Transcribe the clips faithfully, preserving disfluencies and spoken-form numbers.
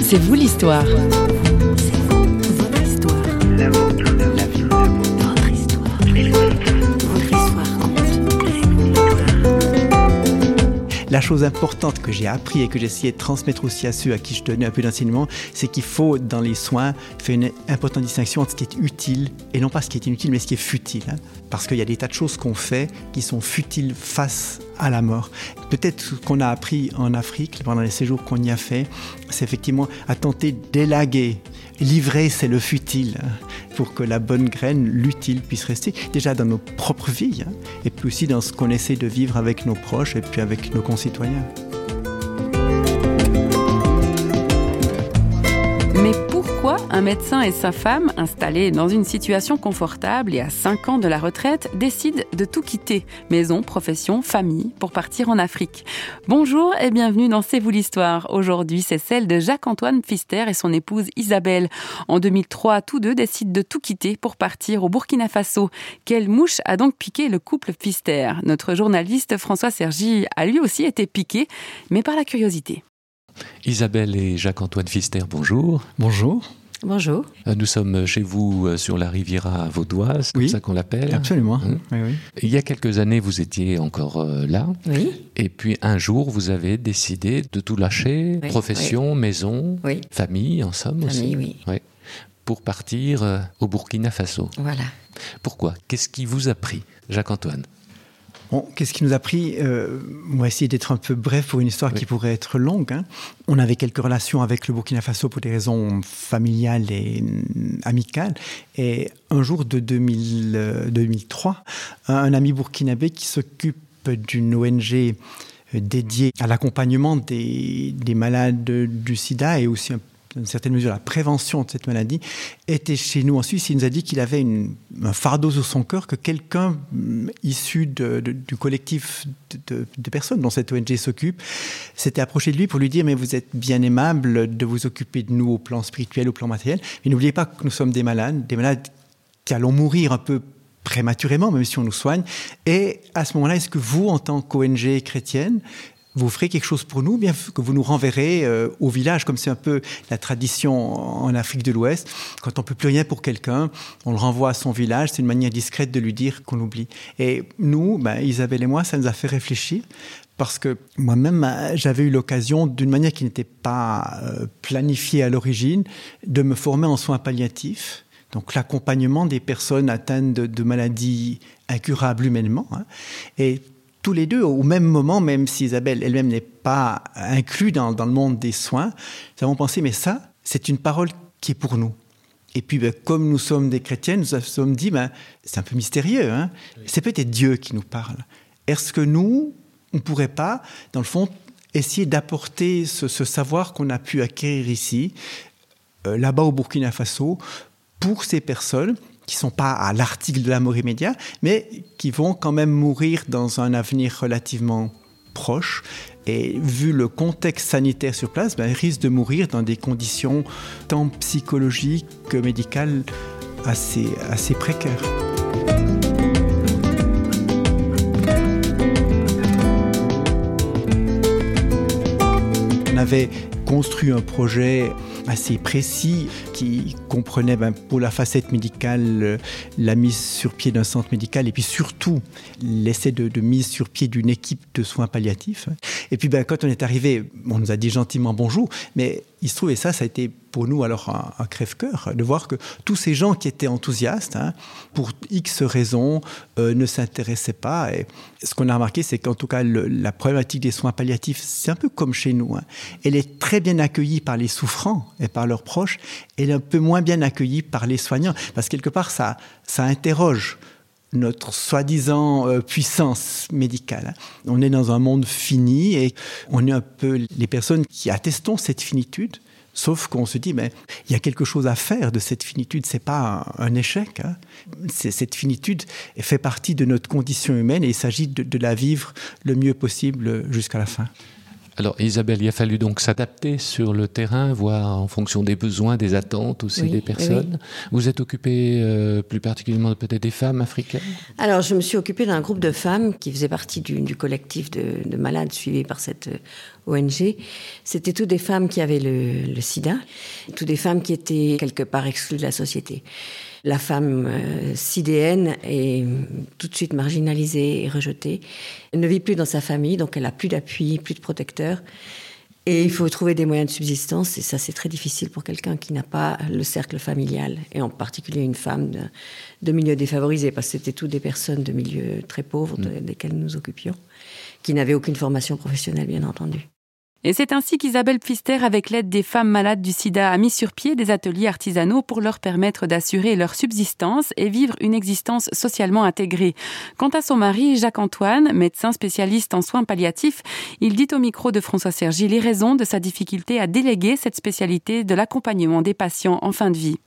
C'est vous l'histoire. C'est vous, votre histoire. La vôtre, la vie, votre histoire. Votre histoire compte. La chose importante que j'ai appris et que j'ai essayé de transmettre aussi à ceux à qui je donnais un peu d'enseignement, c'est qu'il faut, dans les soins, faire une importante distinction entre ce qui est utile et non pas ce qui est inutile, mais ce qui est futile. Hein. Parce qu'il y a des tas de choses qu'on fait qui sont futiles face à la mort. Peut-être ce qu'on a appris en Afrique, pendant les séjours qu'on y a fait, c'est effectivement à tenter d'élaguer. Livrer, c'est le futile, hein, pour que la bonne graine, l'utile, puisse rester déjà dans nos propres vies, hein, et puis aussi dans ce qu'on essaie de vivre avec nos proches et puis avec nos concitoyens. Mais pourquoi un médecin et sa femme, installés dans une situation confortable et à cinq ans de la retraite, décident de tout quitter, maison, profession, famille, pour partir en Afrique? Bonjour et bienvenue dans C'est vous l'histoire. Aujourd'hui, c'est celle de Jacques-Antoine Pfister et son épouse Isabelle. En deux mille trois, tous deux décident de tout quitter pour partir au Burkina Faso. Quelle mouche a donc piqué le couple Pfister? Notre journaliste François Sergi a lui aussi été piqué, mais par la curiosité. Isabelle et Jacques-Antoine Pfister, bonjour. Bonjour. Bonjour. Nous sommes chez vous sur la Riviera vaudoise, c'est oui, comme ça qu'on l'appelle. Absolument. Hein oui, oui. Il y a quelques années, vous étiez encore là. Oui. Et puis un jour, vous avez décidé de tout lâcher, oui, profession, oui. maison, oui. famille, en somme famille, aussi. Oui. Oui. Pour partir au Burkina Faso. Voilà. Pourquoi? Qu'est-ce qui vous a pris, Jacques-Antoine? Bon, qu'est-ce qui nous a pris euh, On va essayer d'être un peu bref pour une histoire oui. qui pourrait être longue. Hein. On avait quelques relations avec le Burkina Faso pour des raisons familiales et amicales. Et un jour de deux mille, euh, deux mille trois, un, un ami burkinabé qui s'occupe d'une O N G dédiée à l'accompagnement des, des malades du sida et aussi un dans une certaine mesure la prévention de cette maladie, était chez nous en Suisse. Il nous a dit qu'il avait une, un fardeau sur son cœur, que quelqu'un issu de, de, du collectif de, de, de personnes dont cette O N G s'occupe s'était approché de lui pour lui dire « mais vous êtes bien aimable de vous occuper de nous au plan spirituel, au plan matériel, mais n'oubliez pas que nous sommes des malades, des malades qui allons mourir un peu prématurément, même si on nous soigne. Et à ce moment-là, est-ce que vous, en tant qu'O N G chrétienne, vous ferez quelque chose pour nous, bien que vous nous renverrez euh, au village, comme c'est un peu la tradition en Afrique de l'Ouest. Quand on ne peut plus rien pour quelqu'un, on le renvoie à son village. C'est une manière discrète de lui dire qu'on oublie. Et nous, ben, Isabelle et moi, ça nous a fait réfléchir. Parce que moi-même, j'avais eu l'occasion, d'une manière qui n'était pas euh, planifiée à l'origine, de me former en soins palliatifs. Donc l'accompagnement des personnes atteintes de, de maladies incurables humainement. Hein. Et tous les deux, au même moment, même si Isabelle elle-même n'est pas inclue dans, dans le monde des soins, nous avons pensé, mais ça, c'est une parole qui est pour nous. Et puis, ben, comme nous sommes des chrétiens, nous nous sommes dit, ben, c'est un peu mystérieux, hein. C'est peut-être Dieu qui nous parle. Est-ce que nous, on ne pourrait pas, dans le fond, essayer d'apporter ce, ce savoir qu'on a pu acquérir ici, euh, là-bas au Burkina Faso, pour ces personnes qui ne sont pas à l'article de la mort immédiate, mais qui vont quand même mourir dans un avenir relativement proche. Et vu le contexte sanitaire sur place, ben, ils risquent de mourir dans des conditions tant psychologiques que médicales assez, assez précaires. On avait construit un projet assez précis qui comprenait ben, pour la facette médicale la mise sur pied d'un centre médical et puis surtout l'essai de, de mise sur pied d'une équipe de soins palliatifs. Et puis ben, quand on est arrivé, on nous a dit gentiment bonjour, mais il se trouve, et ça, ça a été pour nous alors un, un crève-cœur, de voir que tous ces gens qui étaient enthousiastes, hein, pour X raisons, euh, ne s'intéressaient pas. Et ce qu'on a remarqué, c'est qu'en tout cas, le, la problématique des soins palliatifs, c'est un peu comme chez nous. Hein. Elle est très bien accueillie par les souffrants et par leurs proches, elle est un peu moins bien accueillie par les soignants, parce que quelque part, ça, ça interroge notre soi-disant euh, puissance médicale. On est dans un monde fini et on est un peu les personnes qui attestons cette finitude, sauf qu'on se dit, mais il y a quelque chose à faire de cette finitude, c'est pas un, un échec. Hein. C'est, cette finitude fait partie de notre condition humaine et il s'agit de, de la vivre le mieux possible jusqu'à la fin. Alors Isabelle, il a fallu donc s'adapter sur le terrain, voir en fonction des besoins, des attentes aussi oui, des personnes. Oui. Vous êtes occupée euh, plus particulièrement peut-être des femmes africaines ? Alors je me suis occupée d'un groupe de femmes qui faisait partie du, du collectif de, de malades suivis par cette O N G, c'était toutes des femmes qui avaient le, le sida, toutes des femmes qui étaient quelque part exclues de la société. La femme euh, sidéenne est tout de suite marginalisée et rejetée. Elle ne vit plus dans sa famille, donc elle n'a plus d'appui, plus de protecteur. Et il faut trouver des moyens de subsistance, et ça c'est très difficile pour quelqu'un qui n'a pas le cercle familial, et en particulier une femme de, de milieu défavorisé, parce que c'était toutes des personnes de milieux très pauvres de, desquelles nous nous occupions, qui n'avaient aucune formation professionnelle, bien entendu. Et c'est ainsi qu'Isabelle Pfister, avec l'aide des femmes malades du sida, a mis sur pied des ateliers artisanaux pour leur permettre d'assurer leur subsistance et vivre une existence socialement intégrée. Quant à son mari, Jacques-Antoine, médecin spécialiste en soins palliatifs, il dit au micro de François Sergi les raisons de sa difficulté à déléguer cette spécialité de l'accompagnement des patients en fin de vie.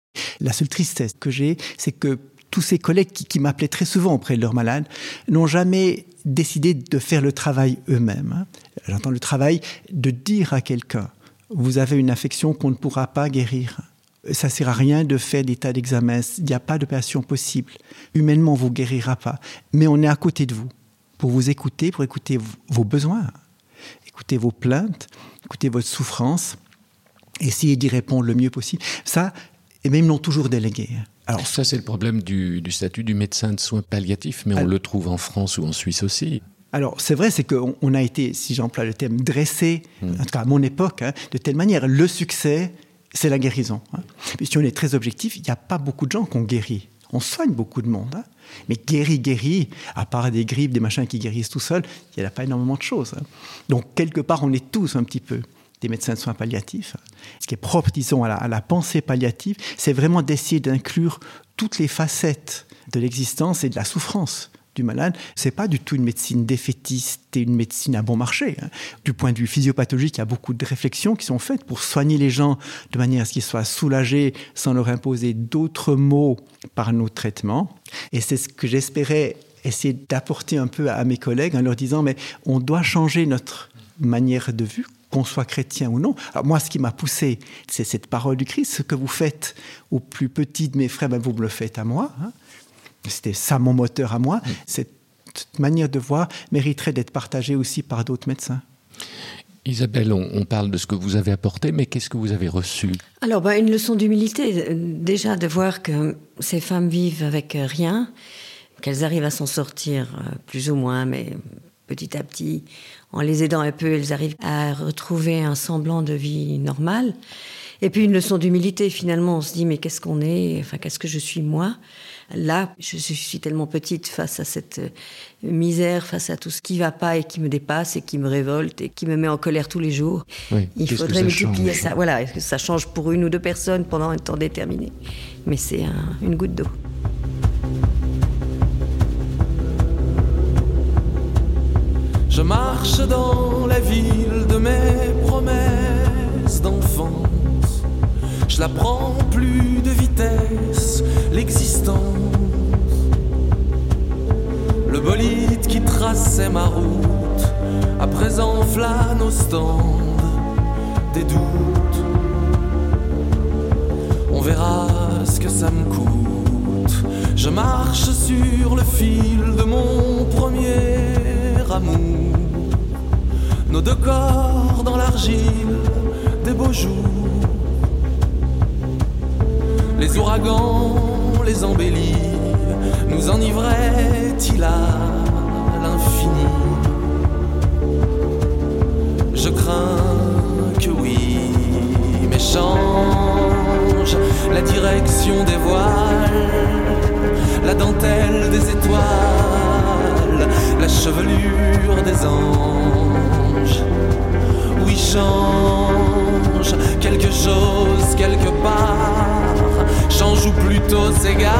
La seule tristesse que j'ai, c'est que tous ces collègues qui, qui m'appelaient très souvent auprès de leurs malades n'ont jamais décidé de faire le travail eux-mêmes. J'entends le travail de dire à quelqu'un « vous avez une infection qu'on ne pourra pas guérir ». Ça ne sert à rien de faire des tas d'examens, il n'y a pas d'opération possible. Humainement, on ne vous guérira pas. Mais on est à côté de vous pour vous écouter, pour écouter vos besoins, écouter vos plaintes, écouter votre souffrance, essayer d'y répondre le mieux possible. Ça, et même l'ont toujours délégué. Alors, ça, c'est le problème du, du statut du médecin de soins palliatifs, mais on alors, le trouve en France ou en Suisse aussi. Alors, c'est vrai, c'est qu'on on a été, si j'emploie le terme, dressé, mmh. en tout cas à mon époque, hein, de telle manière, le succès, c'est la guérison. Hein. Puis si on est très objectif, il n'y a pas beaucoup de gens qu'on guérit. On soigne beaucoup de monde. Hein. Mais guéri, guéri, à part des grippes, des machins qui guérissent tout seuls, il n'y a pas énormément de choses. Hein. Donc, quelque part, on est tous un petit peu des médecins de soins palliatifs. Ce qui est propre, disons, à la, à la pensée palliative, c'est vraiment d'essayer d'inclure toutes les facettes de l'existence et de la souffrance du malade. C'est pas du tout une médecine défaitiste et une médecine à bon marché. Hein. Du point de vue physiopathologique, il y a beaucoup de réflexions qui sont faites pour soigner les gens de manière à ce qu'ils soient soulagés sans leur imposer d'autres maux par nos traitements. Et c'est ce que j'espérais essayer d'apporter un peu à mes collègues en leur disant mais on doit changer notre manière de vue, qu'on soit chrétien ou non. Alors moi, ce qui m'a poussé, c'est cette parole du Christ. Ce que vous faites aux plus petits de mes frères, ben vous me le faites à moi. Hein. C'était ça mon moteur à moi. Mmh. Cette manière de voir mériterait d'être partagée aussi par d'autres médecins. Isabelle, on, on parle de ce que vous avez apporté, mais qu'est-ce que vous avez reçu ? Alors, ben, une leçon d'humilité. Déjà, de voir que ces femmes vivent avec rien, qu'elles arrivent à s'en sortir plus ou moins, mais petit à petit, en les aidant un peu, elles arrivent à retrouver un semblant de vie normale. Et puis une leçon d'humilité, finalement, on se dit, mais qu'est-ce qu'on est ? Enfin, qu'est-ce que je suis moi ? Là, je suis tellement petite face à cette misère, face à tout ce qui ne va pas et qui me dépasse et qui me révolte et qui me met en colère tous les jours. Oui, il faudrait multiplier ça. Voilà, est-ce que ça change pour une ou deux personnes pendant un temps déterminé ? Mais c'est un, une goutte d'eau. Je marche dans la ville de mes promesses d'enfance. Je la prends plus de vitesse, l'existence. Le bolide qui traçait ma route, à présent flâne au stand des doutes. On verra ce que ça me coûte. Je marche sur le fil de mon premier amour. Nos deux corps dans l'argile des beaux jours. Les ouragans, les embellis, nous enivraient-ils à l'infini ? Je crains que oui, mais change la direction des voiles, la dentelle des étoiles, la chevelure des anges. Oui, change quelque chose quelque part, change ou plutôt s'égare,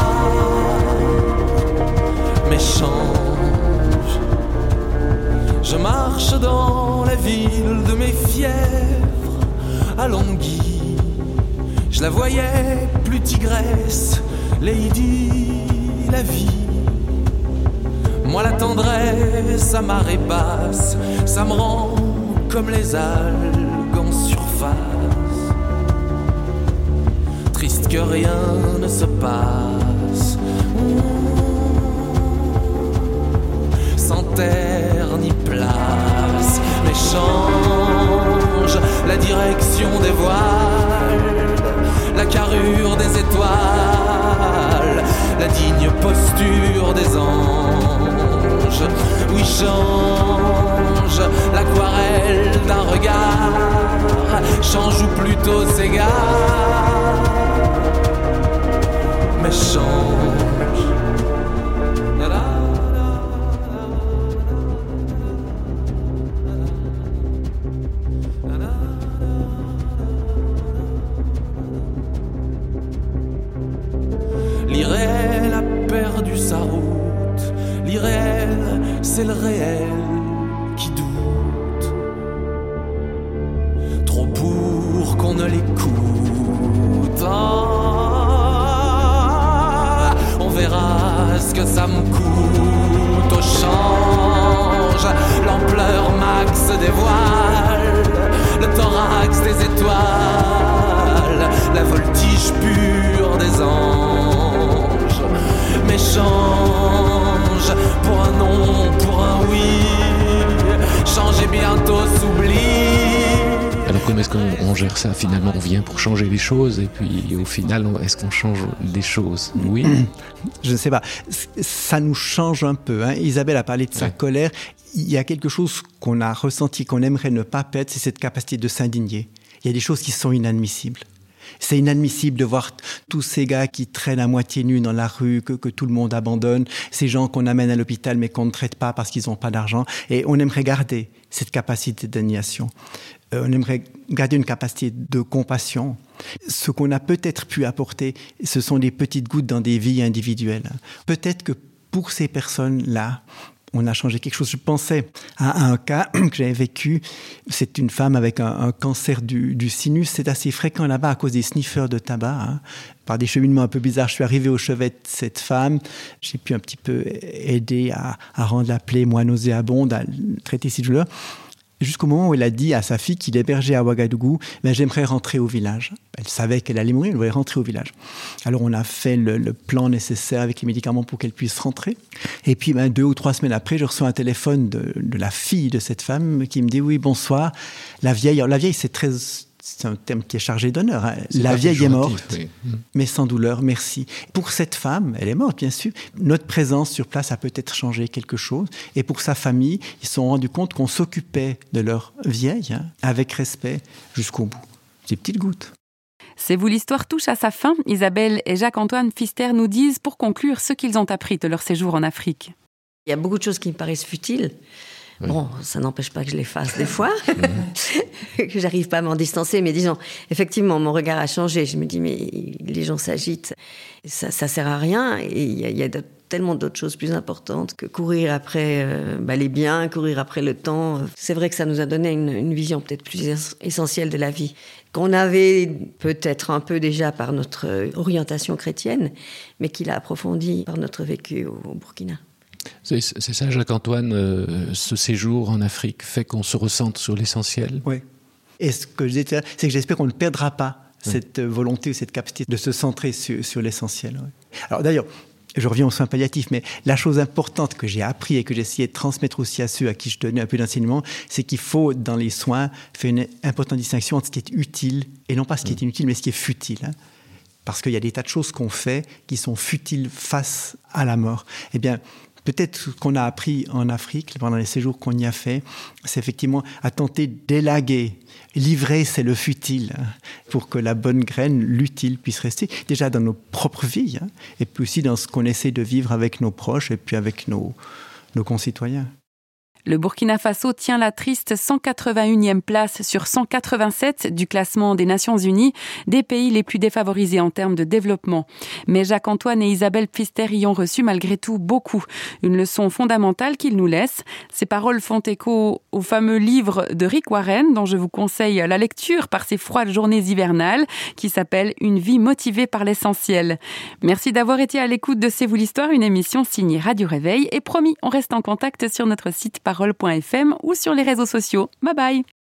mais change. Je marche dans la ville de mes fièvres à Longhi. Je la voyais plus tigresse, Lady la vie. Moi la tendresse à marée basse, ça me rend comme les algues en surface. Triste que rien ne se passe, sans terre ni place, mais change la direction des voiles, la carrure des étoiles, la digne posture des anges. Oui, change l'aquarelle d'un regard, change ou plutôt s'égare, mais change. L'irréel a perdu sa route, l'irréel, c'est le réel qui doute, trop pour qu'on ne l'écoute. Ah, on verra ce que ça me coûte au change, l'ampleur max des voiles, le thorax des étoiles, la voltige pure des anges. Mais change pour un non, pour un oui, change et bientôt s'oublie. Alors comment est-ce qu'on on gère ça finalement? On vient pour changer les choses et puis au final, est-ce qu'on change les choses? Oui. Je ne sais pas. Ça nous change un peu. Hein. Isabelle a parlé de sa ouais. colère. Il y a quelque chose qu'on a ressenti, qu'on aimerait ne pas perdre, c'est cette capacité de s'indigner. Il y a des choses qui sont inadmissibles. C'est inadmissible de voir tous ces gars qui traînent à moitié nus dans la rue, que, que tout le monde abandonne, ces gens qu'on amène à l'hôpital mais qu'on ne traite pas parce qu'ils n'ont pas d'argent. Et on aimerait garder cette capacité d'indignation. Euh, on aimerait garder une capacité de compassion. Ce qu'on a peut-être pu apporter, ce sont des petites gouttes dans des vies individuelles. Peut-être que pour ces personnes-là, on a changé quelque chose. Je pensais à un cas que j'avais vécu. C'est une femme avec un, un cancer du, du sinus. C'est assez fréquent là-bas à cause des sniffeurs de tabac. Hein. Par des cheminements un peu bizarres, je suis arrivé au chevet de cette femme. J'ai pu un petit peu aider à, à rendre la plaie moins nauséabonde, à traiter ces douleurs. Jusqu'au moment où elle a dit à sa fille qu'il hébergeait à Ouagadougou, ben, j'aimerais rentrer au village. Elle savait qu'elle allait mourir, elle voulait rentrer au village. Alors on a fait le, le plan nécessaire avec les médicaments pour qu'elle puisse rentrer. Et puis ben, deux ou trois semaines après, je reçois un téléphone de, de la fille de cette femme qui me dit « Oui, bonsoir, la vieille... » Alors la vieille, c'est très... C'est un terme qui est chargé d'honneur. Hein. La vieille est morte, oui. mais sans douleur, merci. Pour cette femme, elle est morte, bien sûr. Notre présence sur place a peut-être changé quelque chose. Et pour sa famille, ils se sont rendus compte qu'on s'occupait de leur vieille hein, avec respect jusqu'au bout. Des petites gouttes. C'est vous, l'histoire touche à sa fin. Isabelle et Jacques-Antoine Pfister nous disent, pour conclure, ce qu'ils ont appris de leur séjour en Afrique. Il y a beaucoup de choses qui me paraissent futiles. Oui. Bon, ça n'empêche pas que je les fasse des fois, que j'arrive pas à m'en distancer, mais disons, effectivement, mon regard a changé. Je me dis, mais les gens s'agitent, ça, ça sert à rien, et il y a, il y a tellement d'autres choses plus importantes que courir après euh, bah, les biens, courir après le temps. C'est vrai que ça nous a donné une, une vision peut-être plus essentielle de la vie, qu'on avait peut-être un peu déjà par notre orientation chrétienne, mais qui l'a approfondie par notre vécu au, au Burkina. C'est, c'est ça, Jacques-Antoine, euh, ce séjour en Afrique fait qu'on se ressente sur l'essentiel. Oui. Et ce que je disais, c'est que j'espère qu'on ne perdra pas oui. cette volonté ou cette capacité de se centrer sur, sur l'essentiel. Oui. Alors d'ailleurs, je reviens aux soins palliatifs, mais la chose importante que j'ai appris et que j'ai essayé de transmettre aussi à ceux à qui je donnais un peu d'enseignement, c'est qu'il faut, dans les soins, faire une importante distinction entre ce qui est utile, et non pas ce qui est inutile, mais ce qui est futile. Hein. Parce qu'il y a des tas de choses qu'on fait qui sont futiles face à la mort. Eh bien, peut-être ce qu'on a appris en Afrique, pendant les séjours qu'on y a fait, c'est effectivement à tenter d'élaguer. Livrer, c'est le futile, hein, pour que la bonne graine, l'utile, puisse rester, déjà dans nos propres vies, hein, et puis aussi dans ce qu'on essaie de vivre avec nos proches et puis avec nos, nos concitoyens. Le Burkina Faso tient la triste cent quatre-vingt-unième place sur cent quatre-vingt-sept du classement des Nations Unies, des pays les plus défavorisés en termes de développement. Mais Jacques-Antoine et Isabelle Pfister y ont reçu malgré tout beaucoup. Une leçon fondamentale qu'ils nous laissent. Ces paroles font écho au fameux livre de Rick Warren, dont je vous conseille la lecture par ces froides journées hivernales, qui s'appelle « Une vie motivée par l'essentiel ». Merci d'avoir été à l'écoute de C'est vous l'histoire, une émission signée Radio Réveil. Et promis, on reste en contact sur notre site parole point f m ou sur les réseaux sociaux. Bye bye.